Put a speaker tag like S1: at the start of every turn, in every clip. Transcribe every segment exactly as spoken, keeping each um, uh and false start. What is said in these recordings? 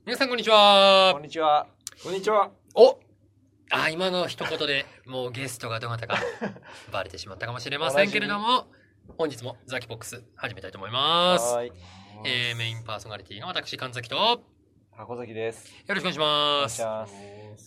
S1: 皆さんこんにちは。
S2: こんにちは。
S3: こんにちは。
S1: おあ、今の一言でもうゲストがどなたかバレてしまったかもしれませんけれども、本日もザキボックス始めたいと思います。
S2: はい。
S1: えー、メインパーソナリティの私、神崎と、よ
S2: 箱崎です。
S1: ろしくお願いします。
S2: お願いします。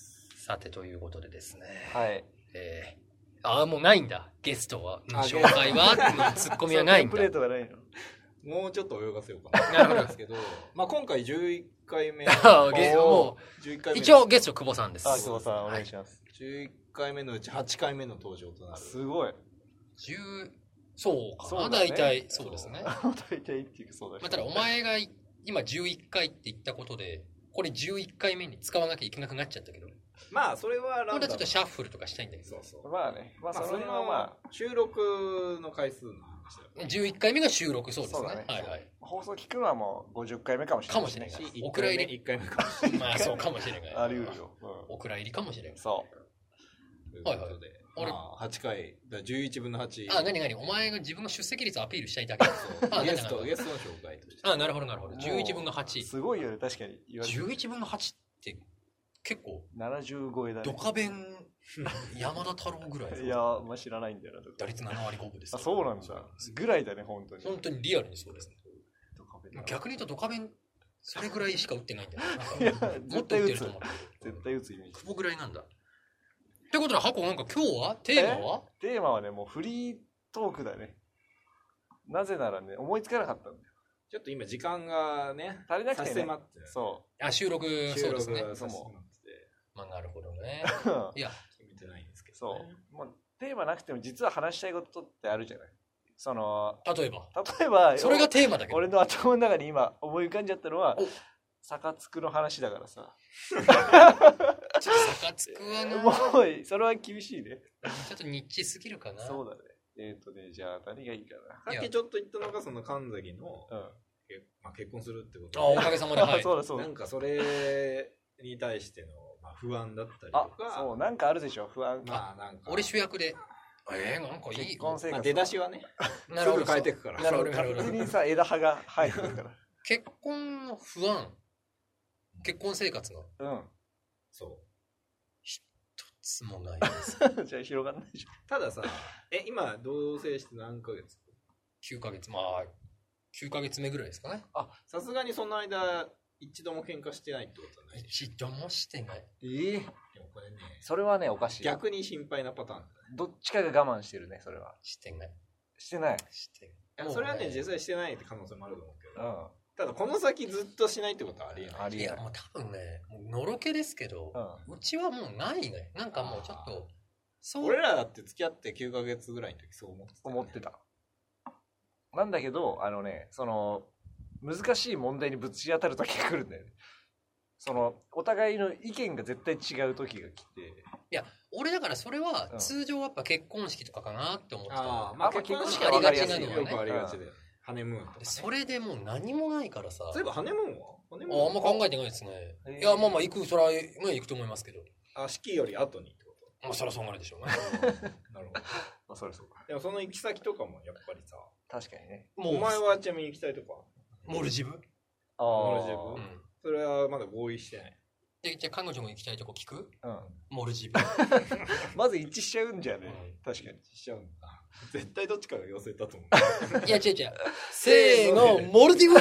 S1: さて、ということでですね。
S2: はい。
S1: えー、ああ、もうないんだ。ゲストは、紹介は、ツッコミはないんだ。
S2: テンプレートがないの。
S3: もうちょっと泳がせようかな。
S1: なるほど。
S3: ですけど、まあ今回じゅういっかいめ。
S1: ゲもうじゅういっかいめ。一応ゲスト久保さんです。
S2: あ、久保さんお願いします。
S3: じゅういっかいめのうちはちかいめの登場となる。
S2: すごい。
S1: じゅうそうかな。大体そうですね。
S2: 大体っていうかそうだね。
S1: まあただお前が今じゅういっかいって言ったことで、これじゅういっかいめに使わなきゃいけなくなっちゃったけど。
S3: まあそれはランダム。
S1: これはちょっとシャッフルとかしたいんだけど。
S3: そうそう。
S2: まあね。まあその辺はまあ
S3: 収録の回数の話だよ。
S1: じゅういっかいめが収録そうですね。
S2: そうだね。
S1: はいはい。
S2: 放送聞くのはもうごじゅっかいめかもしれない。
S1: かもしれないし、
S3: お蔵入りいっかいめかもしれない。
S1: まあそうかもしれない。
S2: あり得るよ。
S1: お蔵入りかもしれない。
S2: そう。
S3: ということで、まあはちかい、だじゅういちぶんのはち。
S1: あ、なになにお前が自分の出席率アピールしたいだけだ。
S3: ゲストゲストの紹介として。
S1: あ、なるほどなるほど。じゅういちぶんのはち。
S2: すごいよね確かに。
S1: じゅういちぶんのはちって結構
S2: ななじゅうごえだね。
S1: ドカベン山田太郎ぐらい。
S2: いやまあ知らないんだよな。
S1: 打率ななわりごぶです。
S2: あ、そうなんだ。ぐらいだね本当に。
S1: 本当にリアルにそうですね。逆に言うとドカベンそれぐらいしか打ってないんだよ。もっと打ってると思う。
S2: 絶対打つイメージ。
S1: 久保ぐらいなんだ。ってことで、ハコなんか今日はテーマは
S2: テーマはね、もうフリートークだね。なぜならね、思いつかなかったんだよ。
S3: ちょっと今時間がね、
S2: 足りなくてね。
S1: そう。あ、収録、そうですね。
S3: そう
S1: まあなるほどね。いや、
S3: 決めてないんですけど。
S2: そう。もうテーマなくても実は話したいことってあるじゃない。その、
S1: 例えば。
S2: 例えば、
S1: それがテーマだけど。
S2: 俺の頭の中に今思い浮かんじゃったのは、サカツクの話だからさ。
S1: ちょっとサカツクはな。
S2: もう、それは厳しいね。
S1: ちょっとニッチすぎるかな。
S2: そうだね。えっとね、じゃあ何がいいかな。
S3: さっきちょっと言ったのが、その神崎の、うんまあ、結婚するってこと
S1: あ、おかげさまで。はい、
S2: そうだそうだ。
S3: なんかそれに対しての、まあ、不安だったりとか。
S2: そう、なんかあるでしょ、不安。
S1: まあ、なんか。俺主役で。えー、なんかいい。
S2: 結婚生活。
S3: まあ、出だしはね。
S1: なるほど。
S3: すぐ変えていくから。
S1: なるほど、なるほど。
S2: 勝手にさ、枝葉が生えてくるから。
S1: 結婚の不安。結婚生活の。
S2: うん。
S3: そう。
S1: 一つもないです。
S2: じゃあ広がんないでしょ。
S3: たださ、え、今、同棲して何ヶ月 ?
S1: きゅうかげつ。まあ、きゅうかげつめぐらいですかね。
S3: あ、さすがにその間、一度も喧嘩してないってことはない？
S1: 一度もしてない。
S2: ええー。
S3: でもこれね。
S2: それはね、おかしい。
S3: 逆に心配なパターンだね。
S2: どっちかが我慢してるね、それは。
S1: してない。
S2: してない。
S1: して
S3: ない。それはね、実際してないって可能性もあると思うけど。
S2: うん。
S3: ただこの先ずっとしないってことはありえない。
S2: ありえない。
S1: いや、もう多分ね、もうのろけですけど、うん、うちはもうないね。なんかもうちょっと、
S3: そう。俺らだって付き合ってきゅうかげつぐらいの時そう思ってた、ね。
S2: 思ってた。なんだけど、あのね、その、難しい問題にぶち当たる時が来るんだよね。その、お互いの意見が絶対違う時が来て。
S1: いや、俺だからそれは、通常やっぱ結婚式とかかなって思ってた。
S3: ああ、まあ結婚式
S1: ありがちなのはね。
S3: よくありがちで。ハネムーンとか、ね。
S1: それでもう何もないからさ。
S3: そういえばハネムーンはハネムー
S1: ンああんま考えてないですね。いや、まあまあ行く、それは、まあ行くと思いますけど。
S3: あ、式より後にってこと？
S1: まあそりゃそうなるでしょうね。
S3: なるほど。
S2: まあそりゃそうか。
S3: でもその行き先とかもやっぱりさ。
S2: 確かにね。
S3: もうお前はちなみに行きたいとこは
S1: モルジブ？
S3: ああ。モルジブ、うん、それはまだ合意してない。
S1: で、じゃあ彼女も行きたいとこ聞く？
S2: うん。
S1: モルジブ。
S2: まず一致しちゃうんじゃね、うん、確かに。
S3: しちゃうんだ。絶対どっちかが寄せたと思
S1: う。いや、違う違う。せーの、モルディブって。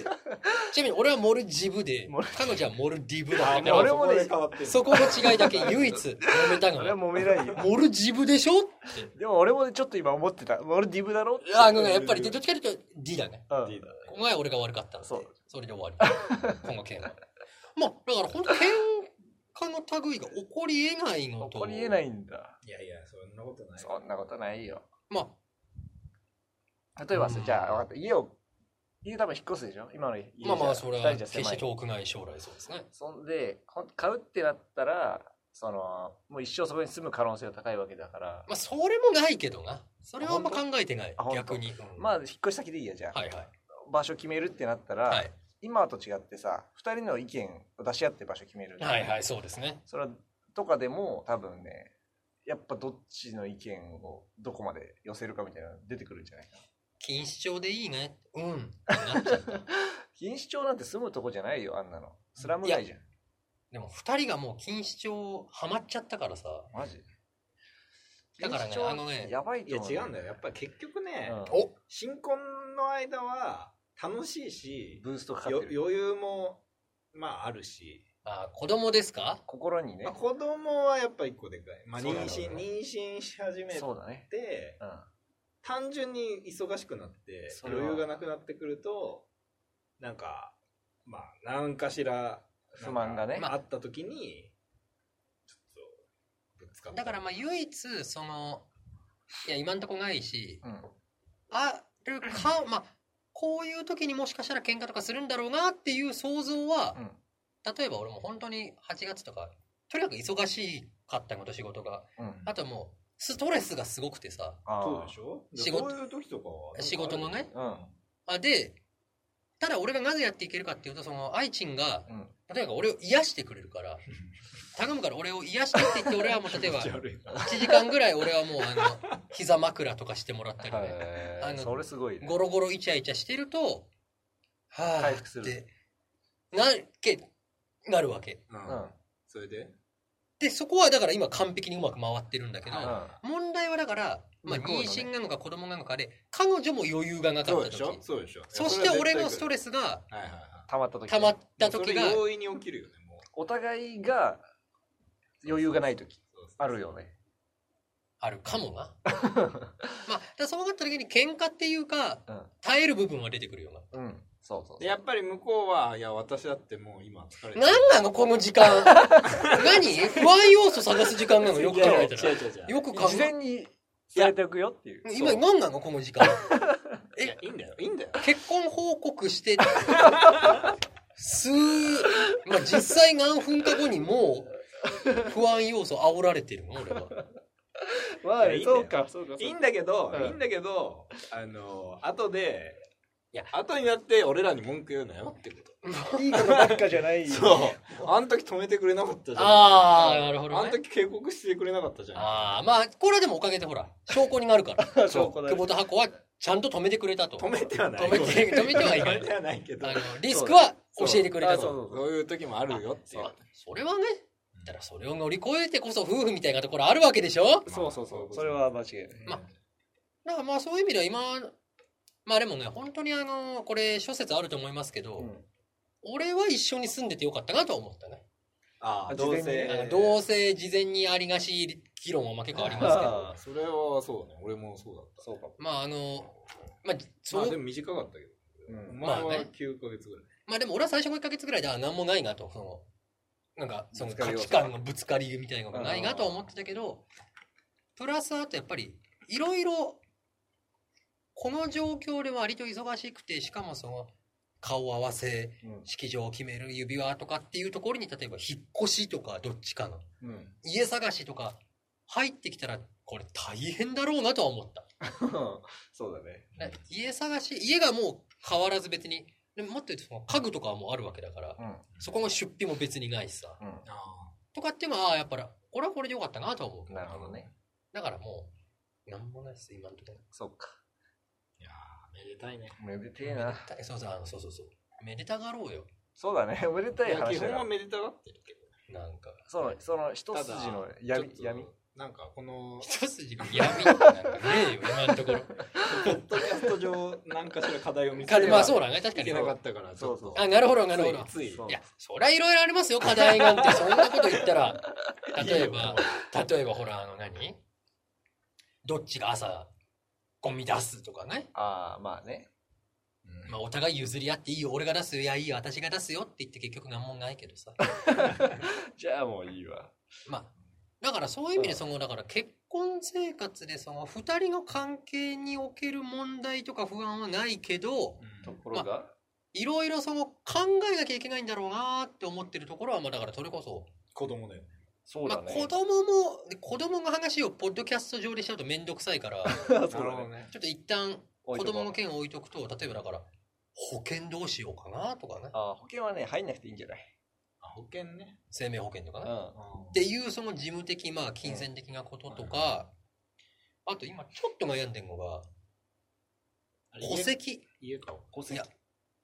S1: ちなみに俺はモルジブで、彼女はモルディブだったから。
S2: 俺もね、
S1: そこの違いだけ唯一揉めたが。
S2: 俺は揉めないよ。
S1: モルジブでしょって。
S2: でも俺もちょっと今思ってた。モルディブだろ？
S1: あのね、やっぱりどっちかというと D だね。
S2: うん、
S1: D だね。ここが俺が悪かったんで。
S2: そう。
S1: それで終わり。今後件は。まあ、だから本当喧嘩の類が起こり得ないのと。
S2: 起こり得ないんだ。
S3: いやいや、そんなことない。
S2: そんなことないよ。
S1: ま
S2: あ、例えばさ、じゃあ、分かった。家を、家多分引っ越すでしょ今の家。
S1: まあまあ、それは決して遠くない将来そうですね。
S2: そんで、買うってなったら、その、もう一生そこに住む可能性が高いわけだから。
S1: まあ、それもないけどな。それはあんま考えてない。逆に。
S2: うん、まあ、引っ越し先でいいや、じゃあ。
S1: はいはい。
S2: 場所決めるってなったら、はい、今と違ってさ、二人の意見を出し合って場所決める。
S1: はいはい、そうですね。
S2: それとかでも多分ね、やっぱどっちの意見をどこまで寄せるかみたいなの出てくるんじゃないかな。
S1: 錦糸町でいいね。うん。なっちゃった。
S2: 錦糸町なんて住むとこじゃないよ、あんなの。スラム街じゃん。
S1: でも二人がもう錦糸町ハマっちゃったからさ。
S2: マジ
S1: だからね、あのね、
S2: やばい
S3: いや
S2: と思う。
S3: 違うんだよ。やっぱり結局ね、
S2: うん
S1: お
S3: 新婚の間は楽しいし、
S2: ブーストかかっ
S3: よ
S2: てる。
S3: 余裕もまああるし、
S1: あ、子供ですか？
S2: 心にね
S3: まあ、。子供はやっぱ一個でかい。まあ
S2: そうだ
S3: 妊娠
S2: ろうね
S3: 妊娠し始め
S2: そうだね。
S3: て、
S2: うん。
S3: 単純に忙しくなって
S2: それは
S3: 余裕がなくなってくると、なんかまあ何かしら
S2: 不満がね
S3: なんかあった時にちょっとぶつかった。
S1: だからまあ唯一そのいや今んとこないし、
S2: うん。
S1: あるかまあこういう時にもしかしたら喧嘩とかするんだろうなっていう想像は、
S2: うん。
S1: 例えば俺も本当にはちがつとかとにかく忙しかったこと仕事が、
S2: うん。
S1: あともうストレスがすごくてさ、
S2: あ
S3: そうでしょ。
S1: 仕事
S3: そういう時とかは
S1: 仕事のね
S2: うん。
S1: あでただ俺がなぜやっていけるかっていうとその愛知が
S2: うん。
S1: 例えば俺を癒してくれるから頼むから俺を癒してって言って俺はもう例えば
S3: 気持ち悪いない
S1: ちじかんぐらい俺はもうあの膝枕とかしてもらったりね、
S2: はい。
S1: あの
S2: それすごいね。
S1: ゴロゴロイチャイチャしてるとはぁ
S2: 回復する
S1: ってなけなるわけ
S3: うん
S2: うん。
S3: それで
S1: でそこはだから今完璧にうまく回ってるんだけど、
S2: うん。
S1: 問題はだから、まあ、
S2: 向こうのね
S1: 妊娠なのか子供なのかで彼女も余裕がなかった時
S3: そうでしょそうでしょ。
S1: そして俺のスト
S3: レ
S1: レスが
S3: はいはいはい。
S2: 溜まった時。
S1: 溜まった時が
S3: それ容易に起きるよねもう。
S2: お互いが余裕がない時
S3: そうそう
S2: あるよね。
S1: あるかもなまあだからそうなった時に喧嘩っていうか
S2: うん。
S1: 耐える部分は出てくるよな。
S2: うん。そうそう
S3: でやっぱり向こうは、いや、私だってもう今疲れてる。
S1: 何なのこの時間何不安要素探す時間なのよく考えたら
S3: 違う違う違う。
S1: よく考
S2: 事前
S1: え
S2: に伝えておくよっていう。
S1: 今何なのこの時間
S3: いや、いいんだよ、いいんだよ。
S1: 結婚報告して数まあ実際何分か後にもう不安要素煽られてるの俺は。
S2: まあ
S3: いやいいんだよ
S2: そうか、そうか。
S3: いいんだけど、
S2: うん
S3: いいんだけど、あの、後で、
S1: いや
S3: 後になって俺らに文句言うなよってこと。
S2: いいことばっかじゃない。
S3: そう。あの時止めてくれなかったじゃん。
S1: ああなるほどね。
S3: あの時警告してくれなかったじゃん。
S1: ああまあこれはでもおかげでほら証拠になるから
S2: 証拠だね
S1: 久保田箱はちゃんと止めてくれたと。
S3: 止めてはない。
S1: 止めて止めてはいない
S3: 止めてはないけど
S1: あ。のリスクは教えてくれたと。
S2: そうそう
S3: そういう時もあるよっていう。
S1: それはねだからそれを乗り越えてこそ夫婦みたいなところあるわけでしょ。
S2: そうそうそう。それは間違いない。
S1: まあだからまあそういう意味では今まあでもね本当にあのこれ諸説あると思いますけど、
S2: うん
S1: 俺は一緒に住んでてよかったなと思ったね。
S3: ああ、
S2: 事前に
S3: 同性。
S1: あの同性事前にありがち議論はまあ結構ありますけど
S2: あ
S3: それはそうね。俺もそうだった。
S2: そうかも。
S1: まああのまあそう
S3: まあでも短かったけど。
S2: うん
S3: お前は
S1: まあね
S3: きゅうかげつぐらい。
S1: まあでも俺は最初のいっかげつぐらいでは何もないなとそのなんかその
S2: ぶつかり要素
S1: 価値観のぶつかりみたいなのがないなとは思ってたけどプラスあとやっぱりいろいろこの状況で割と忙しくてしかもその顔合わせ
S2: うん
S1: 式場を決める指輪とかっていうところに例えば引っ越しとかどっちかの
S2: うん。
S1: 家探しとか入ってきたらこれ大変だろうなとは思った
S2: そうだね。
S1: だから家探し家がもう変わらず別にでももっと言うとその家具とかはもうあるわけだから
S2: うん。
S1: そこの出費も別にないしさ
S2: う
S1: とかっていうのはやっぱりこれはこれでよかったなとは思う。
S2: ん。なるほどね。
S1: だからもうなんもないです今のところ。
S2: そうか。
S3: いやー、めでたいね。
S2: めでてえな。
S1: そうそうあのそうそうそうめでたがろうよ
S2: そうだね。めでたい
S3: いや基本は
S2: 話だから。
S3: めでたがってるけど。
S1: なんか
S2: その、その一
S3: ただ
S2: 筋の
S3: ちょ
S2: 闇
S3: っ、と
S2: 闇。
S3: なんかこの、
S1: 一筋が闇ってなんかねえよ今のところ。
S3: ポッドキャスト上、なんかしら課題を見つけて
S1: かまあそうだね確かに
S3: いけなかったから、ちょっと
S2: そう
S1: あなるほどなるほど。
S3: ついつい
S2: そう
S1: いやそりゃいろいろありますよ課題なんてそんなこと言ったら例えば例えばほらあの何どっちが朝ゴミ出すとかね。
S2: ああ、まあね。
S3: うん
S1: まあお互い譲り合っていいよ俺が出すよいやいいよ私が出すよって言って結局何もないけどさ
S2: じゃあもういいわ。
S1: まあだからそういう意味でそのだから結婚生活でそのふたりの関係における問題とか不安はないけど
S2: ところが、
S1: いろいろその考えなきゃいけないんだろうなって思ってるところはまあだからそれこそ
S3: 子供だよね。
S1: まあ
S2: そうだね。
S1: 子供もで子供の話をポッドキャスト上でしちゃうと面倒くさいから
S2: そうだ
S3: なるほど
S2: ね。
S3: ね。
S1: ちょっと一旦
S2: 置いとこう
S1: 子供の件を置いとくと例えばだから保険どうしようかなとかね
S2: ああ、保険はね、入んなくていいんじゃない？
S3: あ保険ね。
S1: 生命保険とかね
S2: うん。
S1: っていうその事務的まあ金銭的なこととか、あと今ちょっと悩んでるのが
S3: あれ
S1: 戸籍
S3: 家買おう。
S2: 戸籍
S1: いや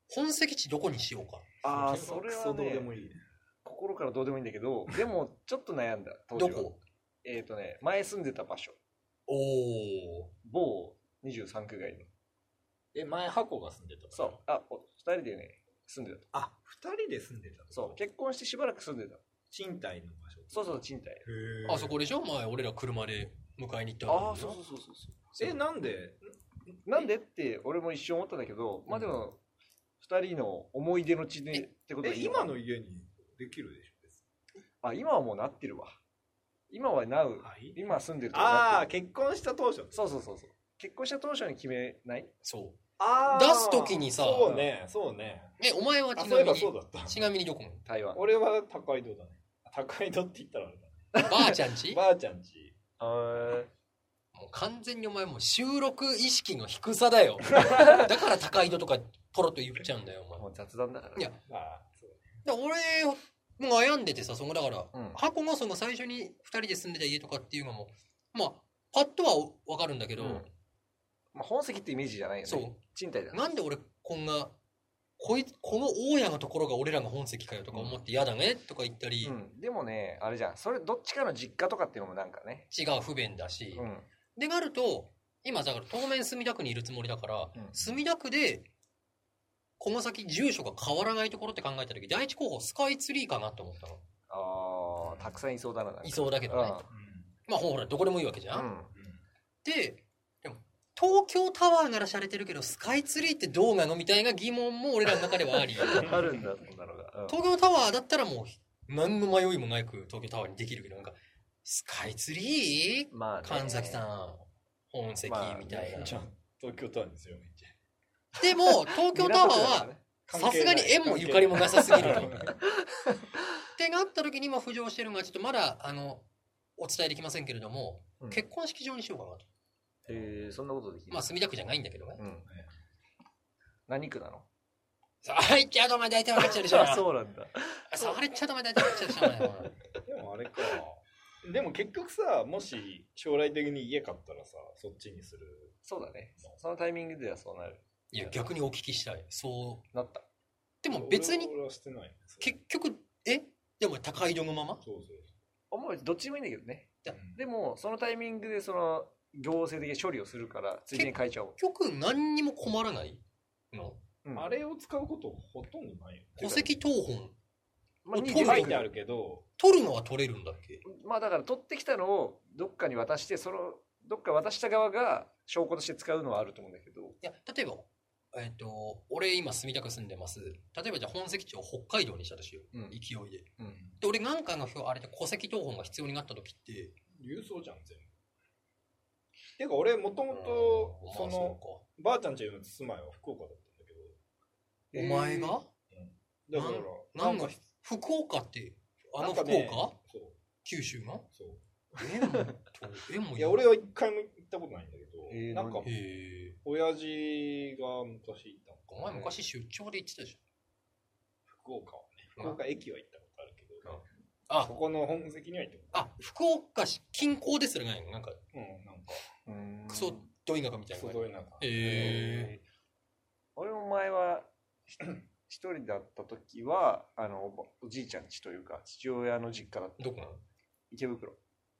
S1: 本籍地どこにしようか。
S2: ああ、それは
S3: クソどうで
S2: ね、
S3: もいいね。
S2: 心からどうでもいいんだけど、でもちょっと悩んだ。当時は
S1: どこ？
S2: えっ、とね、前住んでた場所。
S1: おお。
S2: 某にじゅうさん区外の。
S3: え、前箱が住んでた。
S2: そう。あ、お二人でね、住んでた。
S3: あ、二人で住んでた。
S2: そう。結婚してしばらく住んでた。
S3: 賃貸の場所。
S2: そうそう、賃貸。
S3: へー
S1: あそこでしょ前俺ら車で迎えに行った
S2: ああ、そうそうそうそうそう。
S3: え、なんで？
S2: なんでって俺も一瞬思ったんだけど、まあでも、二人の思い出の地でってこと
S3: え、
S2: でいいのかな
S3: 今の家にできるでしょ、別に。
S2: あ、今はもうなってるわ。今はなう。
S3: はい
S2: 今住んでるとこ
S3: ああ、
S2: なってる。
S3: 結婚した当初。
S2: そうそうそうそう。結婚した当初に決めない
S1: そう。
S3: あ
S1: 出す時にさ
S3: そうね、そうね。
S1: え、お前は
S3: あ、そういえば
S1: ちなみに、
S3: そうだった。
S1: ちなみにどこの
S2: 台湾。
S3: 俺は高井戸だね。高井戸って言ったらあれだね。
S1: ばあちゃんち
S3: ばあちゃんち。
S2: あー
S1: もう完全にお前もう収録意識の低さだよ。だから高井戸とかポロッと言っちゃうんだよ、お前。
S2: もう雑談だから。
S1: いや、
S3: まあ、そうね。
S1: だから俺も悩んでてさ、そのだから、
S2: うん
S1: 箱がその最初にふたりで住んでた家とかっていうのも、まあ、パッとはわかるんだけど、
S2: うんまあ、本籍ってイメージじゃないよね。
S1: そう。
S2: 賃貸だ。
S1: なんで俺こんな、こいこの大家のところが俺らが本籍かよとか思って嫌だねとか言ったり、
S2: うん。でもね、あれじゃん。それ、どっちかの実家とかっていうのもなんかね。
S1: 違う不便だし、
S2: うん。
S1: でなると今だから当面墨田区にいるつもりだから、
S2: うん
S1: 墨田区でこの先住所が変わらないところって考えた時第一候補スカイツリーかなと思ったの。
S2: ああ、たくさんいそうだな。なんか
S1: いそうだけどね、
S2: うん
S1: まあほらどこでもいいわけじゃん、
S2: うん。
S1: ででも東京タワーなら洒落てるけどスカイツリーってどうなのみたいな疑問も俺らの中ではあり
S2: あるんだ、そんなのが。うん
S1: 東京タワーだったらもう何の迷いもなく東京タワーにできるけどなんかスカイツリー
S2: まあね、
S1: 神崎さん本籍
S2: まあ
S1: みたいな、
S3: じゃあ東京タワーですよ、めっちゃ。
S1: でも東京タワーはさすがに縁もゆかりもなさすぎると。ってなった時に今浮上してるのがちょっとまだあのお伝えできませんけれども、
S2: うん
S1: 結婚式場にしようかなと。
S2: へえ、そんなことできる。
S1: まあ墨田区じゃないんだけどね。
S2: うん。何区なの
S1: さあ、はい、ちゃうとお前大体分かっちゃうでしょ。
S2: あ、そうなんだ。
S1: さあ、あれちゃうとお前大体分かっちゃうでしょ。お前
S3: でもあれか。でも結局さ、もし将来的に家買ったらさ、そっちにする。
S2: そうだね。そのタイミングではそうなる。
S1: いや、逆にお聞きしたい。そう。
S2: なった。
S1: でも別に
S3: 俺はしてないね。
S1: 結局、えでも高井戸のまま
S3: そうそう
S2: 思うどっちでもいいんだけどね。
S3: そう。
S2: でも、そのタイミングでその行政的な処理をするから、ついでに変えちゃおう。
S1: 結局何にも困らないの。
S2: うん
S3: あれを使うことほとんどないよ。
S1: 戸籍謄本。
S2: まあ、
S1: 取る
S2: に
S3: 書いてあるけど、
S1: 取るのは取れるんだっけ。
S2: まあだから取ってきたのをどっかに渡して、そのどっか渡した側が証拠として使うのはあると思うんだけど。
S1: いや、例えば、えっ、と、俺今墨田区住んでます。例えばじゃあ本籍地を北海道にしたとしよう。
S2: うん
S1: 勢いで。
S2: うん。
S1: で、俺なんかの表、あれで戸籍謄本が必要になった時って、
S3: 郵送じゃん、全部。てか俺、もともと、
S1: まあ
S3: その、
S1: そう
S3: ばあちゃんちの住まいは福岡だったんだけど、
S1: か。お前が、
S3: だから、
S1: なんか
S3: か、
S1: 福岡って、あの福岡、
S3: なんかねそう、
S1: 九州の
S3: そう。
S1: 縁もと、縁も
S3: いや、俺は一回も行ったことないんだけど、
S2: えー
S3: なんか
S1: へ、え。
S3: 親父が昔行ったのかな
S1: お前昔出張で行ってたじ
S3: 福岡はね、福岡駅は行ったことあるけど、
S1: ゃん。あ
S3: こ、この本籍には行ったこと
S1: あ、福岡市近郊ですらないのなんか、
S3: ない。うん、なんか、
S2: うーん
S1: クソど田舎みたいな。
S3: クソどいなんか。
S1: へえ。
S2: 俺も前はひ一人だった時はあのおおじいちゃん家というか父親の実家だった。
S1: どこなの
S2: 池袋。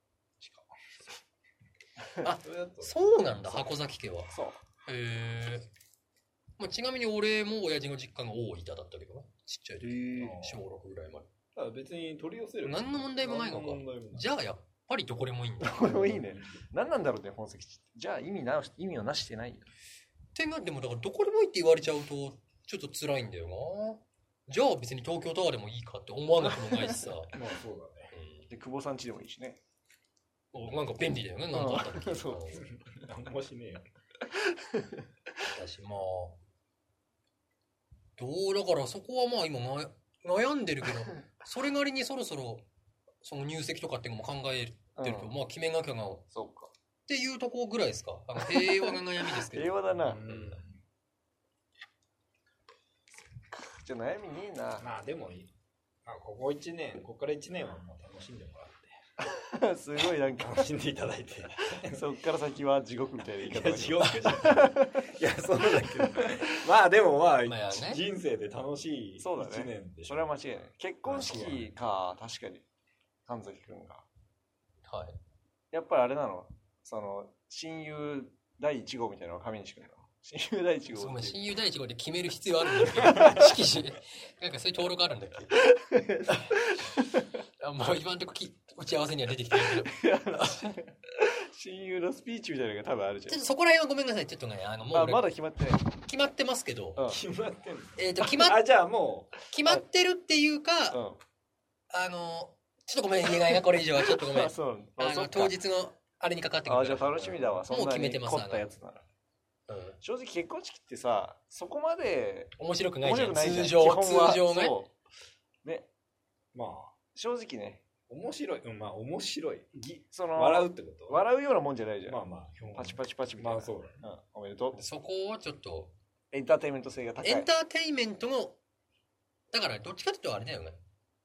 S1: あ
S3: それだと
S1: そうなんだ、箱崎家は。
S2: そう。
S1: へえ。まあ、ちなみに俺も親父の実家が大分だったけどな。ちっちゃい時。小ろくぐらいまで。
S3: だから別に取り寄せる。
S1: 何の問題もないのか
S3: 何の問題もない。
S1: じゃあやっぱりどこでもいいんだ。
S2: これもいいね。何なんだろうね本籍地って。じゃあ意味な意味をなしてないよ。
S1: ってなってもだからどこでもいいって言われちゃうとちょっと辛いんだよな。じゃあ別に東京タワーでもいいかって思わなくもないしさ。
S3: まあそうだね。
S2: で久保さん家でもいいしね。
S1: うん、なんか便利だよね。なんかあった時。
S2: そう
S3: 何もしねえよ。
S1: だしまあどうだからそこはまあ今な悩んでるけどそれなりにそろそろその入籍とかっていうのも考えてると、
S2: うん
S1: まあ決めなきゃなっ
S2: そうか。
S1: ていうとこぐらいですか。あの平和な悩みですけど。
S2: 平和だな。
S3: うん
S2: じゃあ悩みねえな。
S3: まあでもいい。まあここ一年、ここから一年はもう楽しんでもらって。
S2: すごいなんか
S3: 楽しんでいただいて
S2: そっから先は地獄みたいな言い方
S3: いや地獄じゃないいやそうだけどまあでもまあ、
S1: まあね、
S3: 人生で楽しいいち
S2: そうだね
S3: ねんでしょ。
S2: それは間違いない。結婚式か、確かに神崎くんが
S1: はい、
S2: やっぱりあれなの、その親友だいいち号みたいなのは上西くんなの。親友だいいち号
S1: そう
S2: って
S1: 親友第一号で決める必要あるんだっけ色紙なんかそういう登録あるんだっけあまあ今んとこき打ち合わせには出てきてるけど
S2: 親友のスピーチみたいなのが多分あるじゃん。
S1: ちょっとそこら辺はごめんなさい。ちょっとね、あのもう俺
S2: あまだ決まってない。
S1: 決まってますけど、
S2: うん
S3: 決まってんの
S1: えっ、と決まっ
S3: あじゃあも
S1: 決まってるっていうか、
S2: うん
S1: あのちょっとごめん言えないなこれ以上はちょっとごめん。
S2: あそう
S1: あの
S2: あそっか
S1: 当日のあれにかかってくる
S2: あ
S1: から。
S2: じゃあ楽しみだわ。そん
S1: もう
S2: なに
S1: 決めてます
S2: 凝ったやつなら。
S1: うん、
S2: 正直結婚式ってさ、そこまで
S1: 面白くないじゃん。
S2: 面白くないじゃん。
S1: 通常
S2: 基本は
S1: 通常ね。
S2: そうね、
S3: うまあ
S2: 正直ね、
S3: 面白い、うんまあ面白い
S2: ぎその
S3: 笑うってこと
S2: 笑うようなもんじゃないじゃん。
S3: まあまあ基本
S2: パチパチパチみたいな。
S3: まあそうだね
S2: うん、おめでとう。
S1: そこをちょっと
S2: エンターテインメント性が高い。
S1: エンターテインメントのだからどっちかっていうとあれだよね。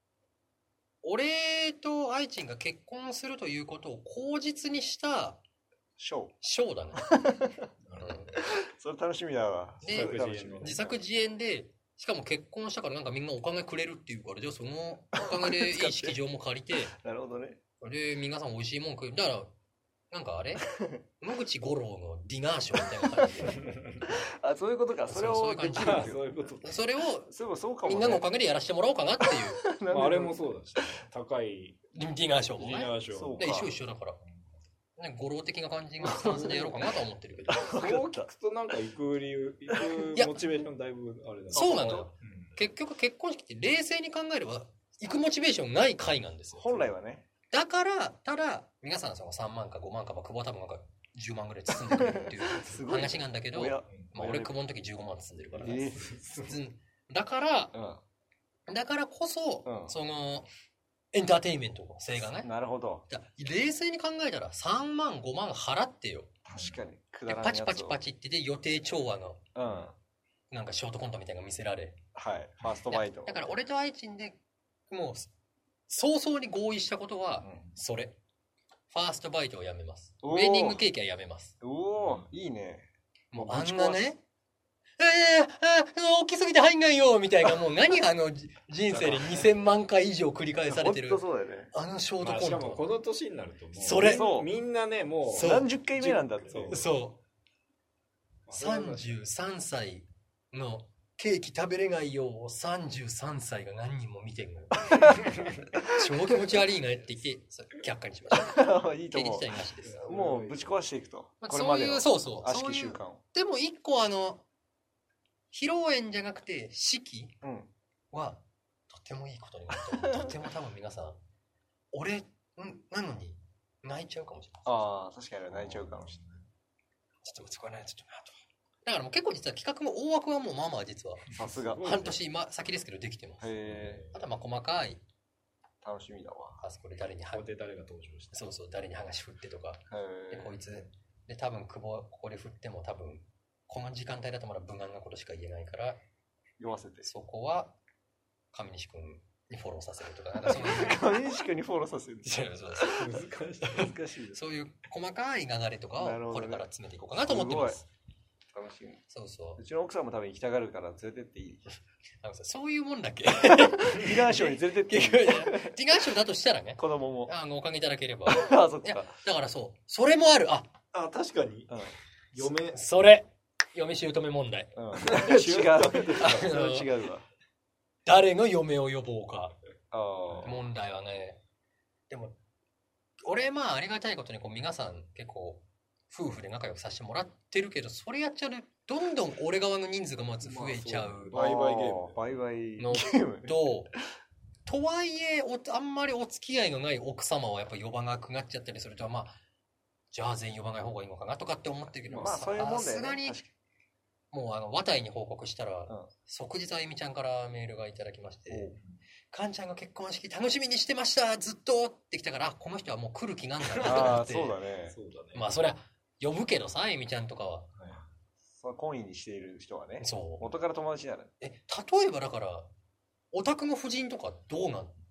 S1: 俺と愛知が結婚するということを口実にした
S2: ショー。
S1: ショーだね。
S2: それ楽しみだわ。
S1: で
S2: それ楽しみ。
S1: 自作自演で、しかも結婚したからなんかみんなお金くれるっていうから、じゃあそのお金でいい式場も借りて、
S2: なるほどね。
S1: で皆さん美味しいもん食う。だからなんかあれ野口五郎のディナーショーみたいな感じで、
S2: あ、そういうことか。それをできるん
S3: まあ
S2: ですよ。
S3: そういうこと
S1: それを
S2: そういえばそうかもね。
S1: みんなのおかげでやらせてもらおうかなっていう
S2: なんで
S3: まああれもそうだし高い
S1: ディナーショー
S3: デ
S1: もね。
S3: ィナーショー
S2: そう
S1: で一緒一緒だから。ね、五郎的な感じのスタンスでやろうかなとは思ってるけど。
S3: そう聞くとなんか行く理由行
S1: いや
S3: くモチベーションだいぶあれだな
S1: そうなのよ。
S3: うん
S1: 結局結婚式って冷静に考えれば行くモチベーションない会なんですよ。
S2: 本来はね。
S1: だからただ皆さんそのさんまんかごまんか、まあ、久保は多分なんかじゅうまんぐらい包んでくれるっていう
S2: すごい。
S1: 話なんだけど、
S2: おや。
S1: まあ、俺久保の時じゅうごまん包んでるから、
S2: えー
S1: うんだから
S2: うん。
S1: だからこそ、
S2: うん
S1: そのエンターテインメントの性がね、
S2: なるほど。
S1: だ冷静に考えたらさんまんごまん払ってよ。
S2: 確かに。く
S1: で
S2: だらんやつを
S1: パチパチパチってで予定調和の
S2: うん。は
S1: なんかショートコントみたいなのが見せられ、
S2: い。ファーストバイト。
S1: だから俺と愛知でもう早々に合意したことは
S2: うん
S1: それ、ファーストバイトをやめます。ウ
S2: おー
S1: ェディングケーキはやめます。
S2: おお、いいね。
S1: もうあ
S2: ぶち壊し
S1: んなね、えー、あー大きすぎて入んないよみたいな、もう何あのじ人生でにせんまん回以上繰り返されてる
S2: 本当そうだよね。
S1: あのショート
S3: まあ
S1: コント、
S3: しかもこの年になるともう
S1: それ
S2: そう
S3: みんなねもう
S1: そう
S2: 何十回目なんだって。
S3: そう
S1: そうさんじゅうさんさいのケーキ食べれないようさんじゅうさんさいが何人も見てんのよ超気持ち悪いねって言ってそれ却下にしました
S2: いいと思
S1: ケーキ自体なしです、
S2: う。もうぶち壊していくと。
S1: まあ、そういうそうそう
S2: 悪
S1: そういう
S2: しき習慣を。
S1: でも一個あの披露宴じゃなくて式
S2: うん。
S1: はとてもいいことになってるとても多分皆さん俺んなのに泣いちゃうかもしれない。
S2: ああ、確かに泣いちゃうかもしれない。
S1: ちょっと使わないちょっとなと。だからもう結構実は企画も大枠はもうまあまあ実は
S2: さすが。へ
S1: 半年今先ですけどできてます。
S2: え、
S1: あとはまあ細かい
S2: 楽しみだわ。
S1: あそこで誰に
S3: ここで誰が登場して
S1: そうそう誰に話振ってとか
S2: へえ。
S1: でこいつで多分久保ここで振っても多分この時間帯だとまだ無難なことしか言えないから
S2: 酔わせて。
S1: そこは上西君にフォローさせるとかなんかそういう
S2: 上西君にフォローさせる。
S1: そうそうそう
S3: 難しい
S2: 難しいです。
S1: そういう細かい流れとか
S2: なるほどね
S1: をこれから詰めていこうかなと思ってます。
S2: 楽しみ。
S1: そうそう
S2: うちの奥さんも多分行きたがるから連れてっていい。
S1: あのさそういうもんだっけ
S2: ディナーショーに連れてっていい。
S1: 結局ディナーショーだとしたらね
S2: 子供も。
S1: あのおかげいただければ
S2: ああ、そっ
S1: いや
S2: か。
S1: だからそうそれもあるあ
S3: あ確かに
S2: うん。
S3: 嫁
S1: それ嫁姑問題
S2: うん。違う。それは違うわ。
S1: 誰の嫁を呼ぼうか
S2: ああ。
S1: 問題はねでも俺まあありがたいことにこう皆さん結構夫婦で仲良くさせてもらってるけどそれやっちゃうとどんどん俺側の人数がまず増えちゃう
S3: バイバイゲーム
S2: バイバイ
S1: の
S2: ゲーム。
S1: ととはいえおあんまりお付き合いのない奥様はやっぱ呼ばなくなっちゃったりするとまあじゃあ全員呼ばない方がいいのかなとかって思ってるけど
S2: まあそういうもんだよね。
S1: さすがに
S2: 確か
S1: もうあの和太に報告したら、
S2: うん
S1: 即日あゆみちゃんからメールがいただきまして
S2: おう
S1: 「かんちゃんが結婚式楽しみにしてましたずっと」ってきたからあこの人はもう来る気なんだなと
S2: ああ、
S1: 思って
S2: そうだね。
S3: そうだね
S1: まあそりゃ呼ぶけどさあゆみちゃんとかは
S2: その懇意にしている人はね。
S1: そう
S2: 元から友達なら。
S1: え例えばだからお宅の夫人とかどうなん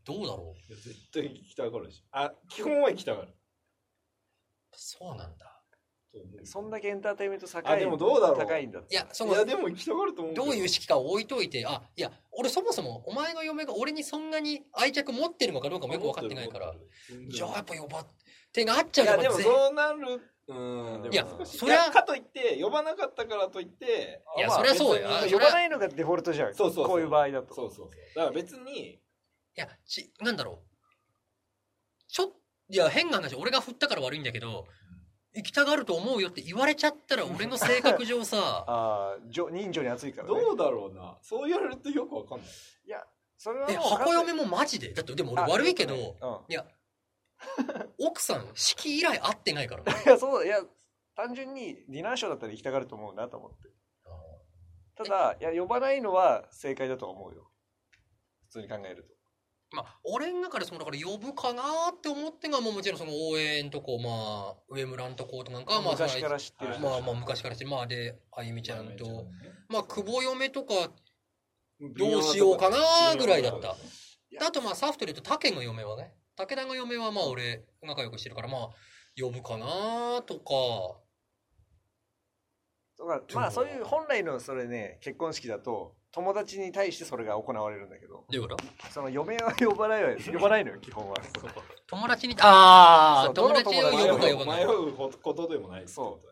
S1: どうだろう。
S3: 絶対行きたがるでしょ。あ、基本は行きたがる。
S1: そうなんだ。
S2: そんだけエンターテインメント高い。
S3: あ、でもどうだろう。
S2: 高いんだって。
S1: いや、その
S3: いやでも行きたがると思う。
S1: どういう式か置いといて、あ、いや、俺そもそもお前の嫁が俺にそんなに愛着持ってるのかどうかもよく分かってないから、じゃあやっぱ呼ば手があっちゃう
S3: い
S1: から。
S3: やでもそうなる。うん。
S1: いや、
S3: それはかといって呼ばなかったからといって、
S1: いや、そりゃそうよ。
S2: 呼ばないのがデフォルトじゃん。
S3: そうそう。
S2: こういう場合だと。
S3: そうそうそう。だから別に、
S1: いや、ち、なんだろう。ちょっ、いや、変な話、俺が振ったから悪いんだけど、行きたがると思うよって言われちゃったら俺の性格上さ
S2: ああ人情に熱いからね。
S3: どうだろうな、そう言われるとよくわかんない。
S2: いやそれはもう
S1: え箱嫁もマジでだって。でも俺悪いけど、ねうん、いや奥さん式以来会ってないから
S2: いやそういや単純にディナーショーだったら行きたがると思うなと思って。ただいや呼ばないのは正解だと思うよ、普通に考えると。
S1: まあ、俺の中でそのだから呼ぶかなって思ってが、もうもちろんその応援とこ、まあ上村のとことなんかはまあ
S2: 昔から知ってる、
S1: まあまあ昔から知ってる、まあであゆみちゃんと、まあ久保嫁とかどうしようかなぐらいだった。あとまあサフトで言うと竹の嫁はね、武田の嫁はまあ俺仲良くしてるから、まあ呼ぶかなとか。
S2: まあそういう本来のそれね結婚式だと友達に対してそれが行われるんだけど、
S1: どういうこと？
S2: その嫁は呼ばないわよ呼ばないのよ基本は。
S1: 友達にああ友達を呼ぶか呼ばない。
S3: 迷うことでもない。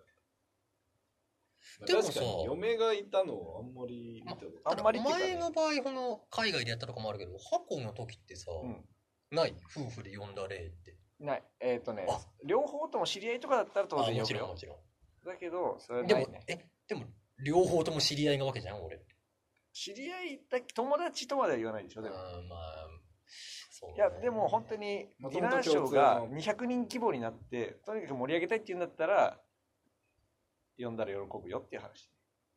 S1: そうでもさ、
S3: 嫁がいたのはあんまり見たこと
S2: あんまり。
S1: お前の場合この海外でやったとかもあるけど、箱の時ってさ、ない夫婦で呼んだ例って
S2: ない。えっとね両方とも知り合いとかだったら当然呼ぶよ。
S1: もちろんもちろん。
S2: だけどそれは
S1: ないね。でもえでも両方とも知り合いなわけじゃん俺。
S2: 知り合いだ友達とまでは言わないでしょ。でも
S1: まあそう、ね、
S2: いやでも本当にディナーショーがにひゃくにん規模になってとにかく盛り上げたいっていうんだったら呼んだら喜ぶよっていう話。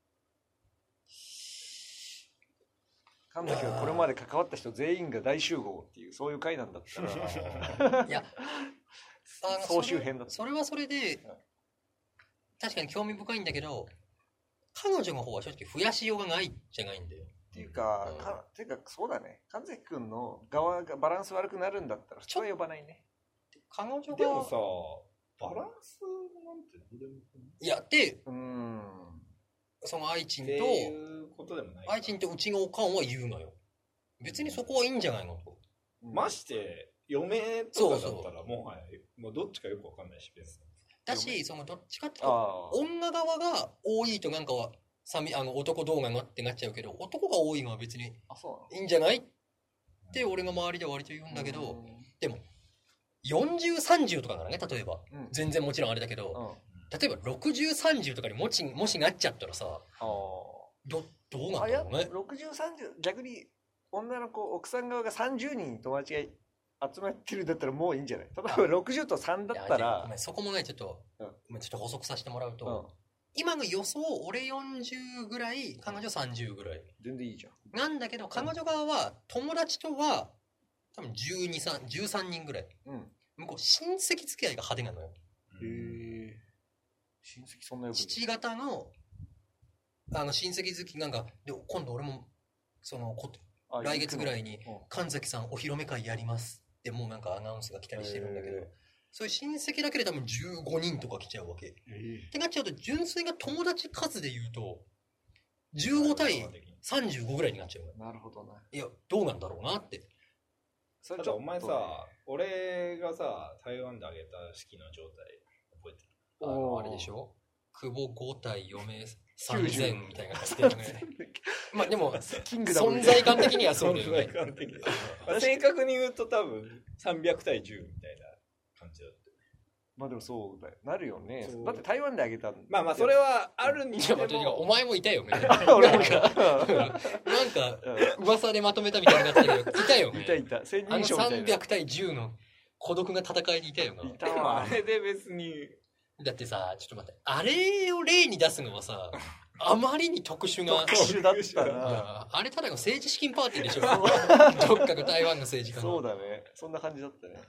S2: 神崎はこれまで関わった人全員が大集合っていうそういう会なんだったらいや総集編だった。
S1: それはそれで確かに興味深いんだけど、彼女の方は正直増やしようがないじゃないんだよ。
S2: っていうか、うん、かっていうかそうだね。神崎君の側がバランス悪くなるんだったら普通は呼ばないね。
S1: 彼女が
S3: でもさ、バランスなんてどうでも
S1: いやで、
S2: うーん
S1: その愛知と
S3: いうことでもない。
S1: 愛知とうちのおかんは言うのよ。別にそこはいいんじゃないのと。
S3: うん、まして嫁とかだったらもうはいもうどっちかよくわかんないし別に。
S1: だし、そのどっちかっていうと女側が多いとなんかはあの男動画がってなっちゃうけど、男が多いのは別にいいんじゃないって俺が周りでは割と言うんだけど、でもよんじゅう、さんじゅうとかならね、例えば、うん、全然もちろんあれだけど、うん、例えばろくじゅう、さんじゅうとかにもしもしなっちゃったらさ、どどうなんだろうね。
S2: ろくじゅう、さんじゅう逆に女の子奥さん側がさんじゅうにん友達が集まってるんだったらもういいんじゃない？例えばろくじゅうとさんだったら
S1: そこもねちょっと、うん、ちょっと補足させてもらうと、
S2: うん、
S1: 今の予想俺よんじゅうぐらい彼女さんじゅうぐらい
S2: 全然いいじゃん。
S1: なんだけど彼女側は友達とは多分じゅうに、じゅうさんにんぐらい、うん、向こう親戚付き合いが派手なのよ。
S2: へえ。親戚そんなよく
S1: 父方のあの親戚好きなんかで今度俺もそのこ来月ぐらいに神崎さんお披露目会やりますでもうなんかアナウンスが来たりしてるんだけど、そういう親戚だけで多分じゅうごにんとか来ちゃうわけ。ってなっちゃうと純粋な友達数で言うとじゅうご対さんじゅうごぐらいになっちゃう。
S2: なるほどな。
S1: いやどうなんだろうなって。
S3: それちょっとお前さ、俺がさ台湾であげた式の状態覚えてる？
S1: あのあれでしょ。久保ご対嫁さんぜんみたいな感じで、ね、まあでも存在感的にはそうだよね。
S3: まあ、正確に言うと多分さんびゃく対じゅうみたいな感じだった。
S2: まあでもそうだよなるよね。だって台湾であげたん
S3: まあまあそれはあるにして
S1: もお前もいたよね。なんかなんか噂でまとめたみたいになってるけどいたよね。
S2: いたいた。
S1: 千人称みたいな。あのさんびゃく対じゅうの孤独な戦いにいたよな。
S3: いたわ。あれで別に
S1: だってさ、ちょっと待って、あれを例に出すのはさ、あまりに特殊な。
S2: 特殊だったな。
S1: あれただの政治資金パーティーでしょ。どっかが台湾の政治家の。
S2: そうだね。そんな感じだったね。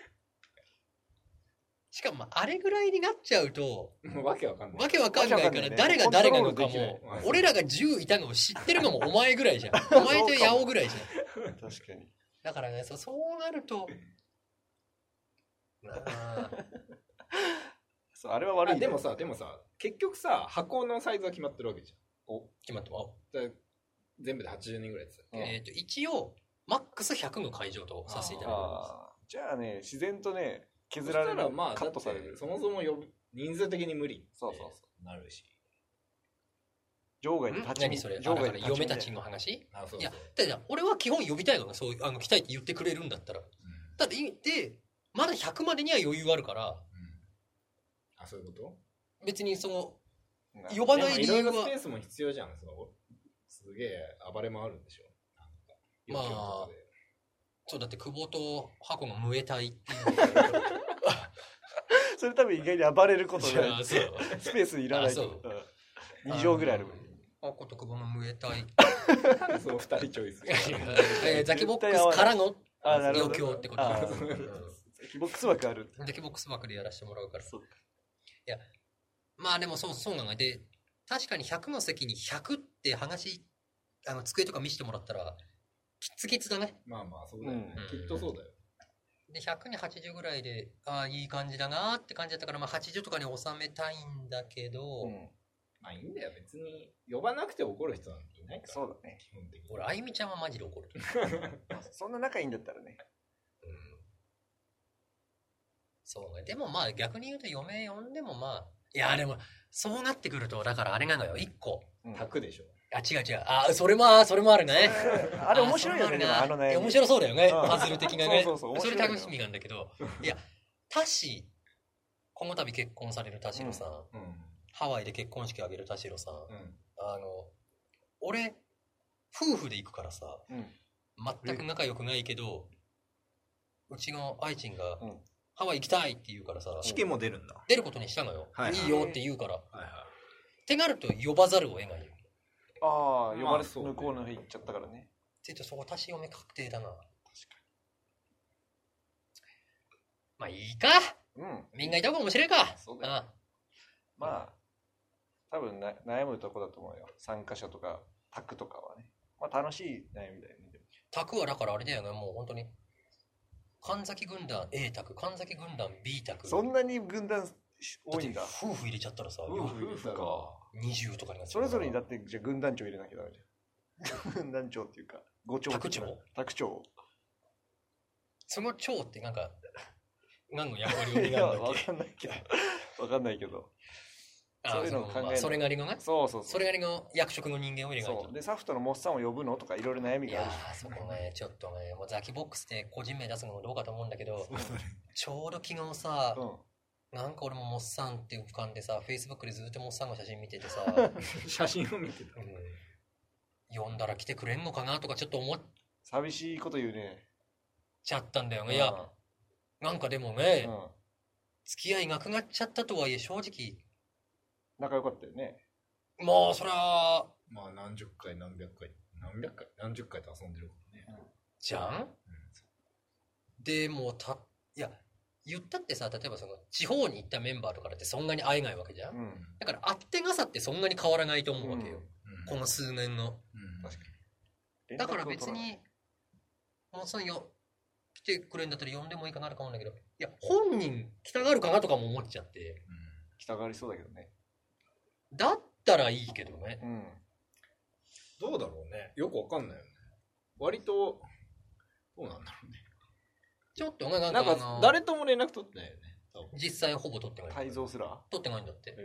S1: しかも、あれぐらいになっちゃうと、
S3: わけわかんない。
S1: わけわかんないから、誰が誰なのかも、俺らがじゅういたのを知ってるのもお前ぐらいじゃん。お前と八尾ぐらいじゃん。
S2: 確かに。
S1: だからね、そそうなると、なあ
S2: そうあれは悪い、ね、
S3: でもさでもさ結局さ箱のサイズは決まってるわけじゃん。
S1: お決まってわ
S3: 全部ではちじゅうにんぐらいですよ、
S1: うん、えー、と一応マックスひゃくの会場とさせていただきます。
S2: じゃあね自然とね削られる、
S3: まあ、
S2: カットされる。
S3: そもそも呼ぶ人数的に無理って
S2: そうそうそう
S3: なるし、
S2: 場外で立ち
S1: 何それ、
S2: 場外
S1: で嫁たちの話。
S3: あそうそう、
S1: いやだから俺は基本呼びたいからそうあの来たいって言ってくれるんだったら、うん、だってでまだひゃくまでには余裕あるから、うん、
S3: あそういうこと。
S1: 別にその呼ばない理由は、
S3: いろいろスペースも必要じゃん。そのすげえ暴れ回るんでしょ。
S1: まあそうだって久保と箱がムエタイっていう
S2: それ多分意外に暴れることない。
S1: ス
S2: ペースいらない。そうに畳ぐらいある。
S1: 箱と久保のムエタイ
S3: そうふたりチョイス
S1: えー、ザキボックスからの余興ってことで
S2: ザキボックス枠ある。
S1: ザキボックス枠でやらせてもらうから。いやまあでもそうそうなので、確かにひゃくの席にひゃくって話あの机とか見せてもらったらキツキツだね。
S3: まあまあそうだよね、うん、きっとそうだよ。
S1: でひゃくにはちじゅうぐらいでああいい感じだなって感じだったから、まあ、はちじゅうとかに収めたいんだけど、うん、
S3: まあいいんだよ別に呼ばなくて怒る人なんていないから。
S2: そうだね。
S3: 基本的に
S1: 俺あゆみちゃんはマジで怒る
S2: そんな仲いいんだったらね、
S1: うん、そうね。でもまあ逆に言うと嫁呼んでもまあいやでもそうなってくるとだからあれなのよいっこ
S3: 卓でしょ。
S1: あ違う違うあそれもそれもあるね。
S2: あれ面白いよね。でもあのね
S1: 面白そうだよね。パズル的なね。
S2: そうそうそう
S1: それ楽しみなんだけど、いやタシこの度結婚される田代さん、うんうん、ハワイで結婚式挙げる田代さん、うん、あの俺夫婦で行くからさ、うん、全く仲良くないけどうちの愛人が、うん、ハワイ行きたいって言うからさ、
S3: 式も出るんだ。
S1: 出ることにしたのよ、はいはい、いいよって言うから、はいはい、ってなると呼ばざるを得ないよ。
S2: ああ呼ばれ、まあ、向こうの辺行っちゃったからね。
S1: って言うとそこ足し嫁確定だな。確かに。まあいいか、うん、みんないた方が面白いか。
S2: そうだよ。ああまあ多分な悩むとこだと思うよ。参加者とか卓とかはね、まあ、楽しい悩みだよね。
S1: 卓はだからあれだよね、もう本当に神崎軍団 A 卓、神崎軍団 B 卓。
S2: そんなに軍団多いんだ。
S1: 夫婦入れちゃったらさ、
S2: 夫婦か
S1: にじゅうとかになっちゃう。
S2: それぞれにだってじゃあ軍団長入れなきゃダメじゃん。軍団長っていうか五長。
S1: 卓長。
S2: 卓長。
S1: その長ってなんか何の役割を担うんだっけ。
S2: わかんないけど。わかんないけど。
S1: そういうのを考える、まあ、それなりのね。
S2: そうそうそう。
S1: それなりの役職の人間を入れないと。
S2: でサフトのモッサンを呼ぶのとかいろいろ悩みがあるし。
S1: いやそこねちょっとねもうザキボックスで個人名出すのもどうかと思うんだけどちょうど昨日さ、うん、なんか俺もモッサンって浮かんでさ、フェイスブックでずっとモッサンの写真見ててさ
S3: 写真を見てた、
S1: うん、呼んだら来てくれんのかなとかちょっと思っ
S2: 寂しいこと言うね
S1: ちゃったんだよね、うん、いやなんかでもね、うん、付き合いなくなっちゃったとはいえ正直
S2: 仲良かったよね。
S1: まあそりゃ
S3: まあ何十回何百回何百回何十回と遊んでるからね、うん、
S1: じゃん、うん、でもうたいや言ったってさ、例えばその地方に行ったメンバーとかだってそんなに会えないわけじゃん、うん、だから会ってなさってそんなに変わらないと思うわけよ、うん、この数年の、うん、確かに。だから別にもうそのよ来てくれんだったら呼んでもいいかなとか思うんだけど、いや本人来たがるかなとかも思っちゃって、うん、
S2: 来たがりそうだけどね。
S1: だったらいいけどね、うん、
S3: どうだろうね、よくわかんないよね。割とどうなんだろうね。
S1: ちょっとねなんか、
S3: なんか誰とも連絡取ってないよね。
S1: 実際ほぼ取ってない。
S2: 改造すら
S1: 取ってないんだって。へ、うん、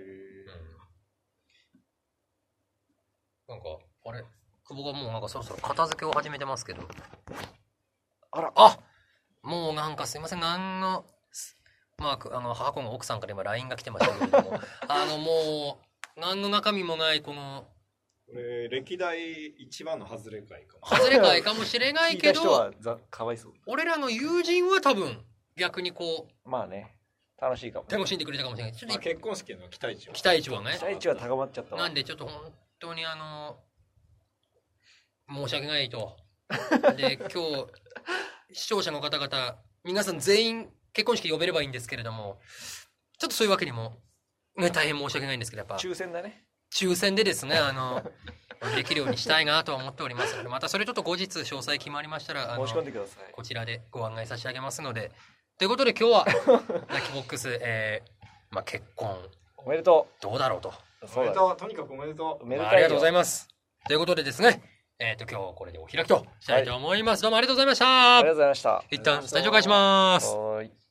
S1: なんかあれ久保がもうなんかそろそろ片付けを始めてますけど、
S2: あら
S1: あもうなんかすいません、なんのまああの母子の奥さんから今 ライン が来てましたけれどもあのもう何の中身もないこの
S3: これ歴代一番の外れ会かも
S1: 外れ会かもしれないけど
S2: 聞いた人はざかわいそう。
S1: 俺らの友人は多分逆にこう
S2: まあね楽しいかも、
S1: 楽しんでくれたかもしれない。ちょっと、
S3: まあ、結婚式の期待値は
S1: 期待値はね
S2: 期待値は高まっちゃったわ。
S1: なんでちょっと本当にあの申し訳ないとで今日視聴者の方々皆さん全員結婚式呼べればいいんですけれども、ちょっとそういうわけにもね大変申し訳ないんですけど、やっぱ
S2: 抽選だね。
S1: 抽選でですね、あの、できるようにしたいなとは思っておりますので、またそれちょっと後日詳細決まりましたら、あの
S2: 申し込んでください。
S1: こちらでご案内差し上げますので。ということで今日は、ラッキーボックス、えー、まあ結婚、
S2: おめでと
S1: どうだろうと。
S3: おめでとう。とにかくおめでとう。
S2: う。めでたいよ。
S1: まあありがとうございます。ということでですね、えっ、と、今日これでお開きとしたいと思います。どうもありがとうございました。
S2: ありがとうございました。
S1: 一旦スタジオ返します。
S2: はーい。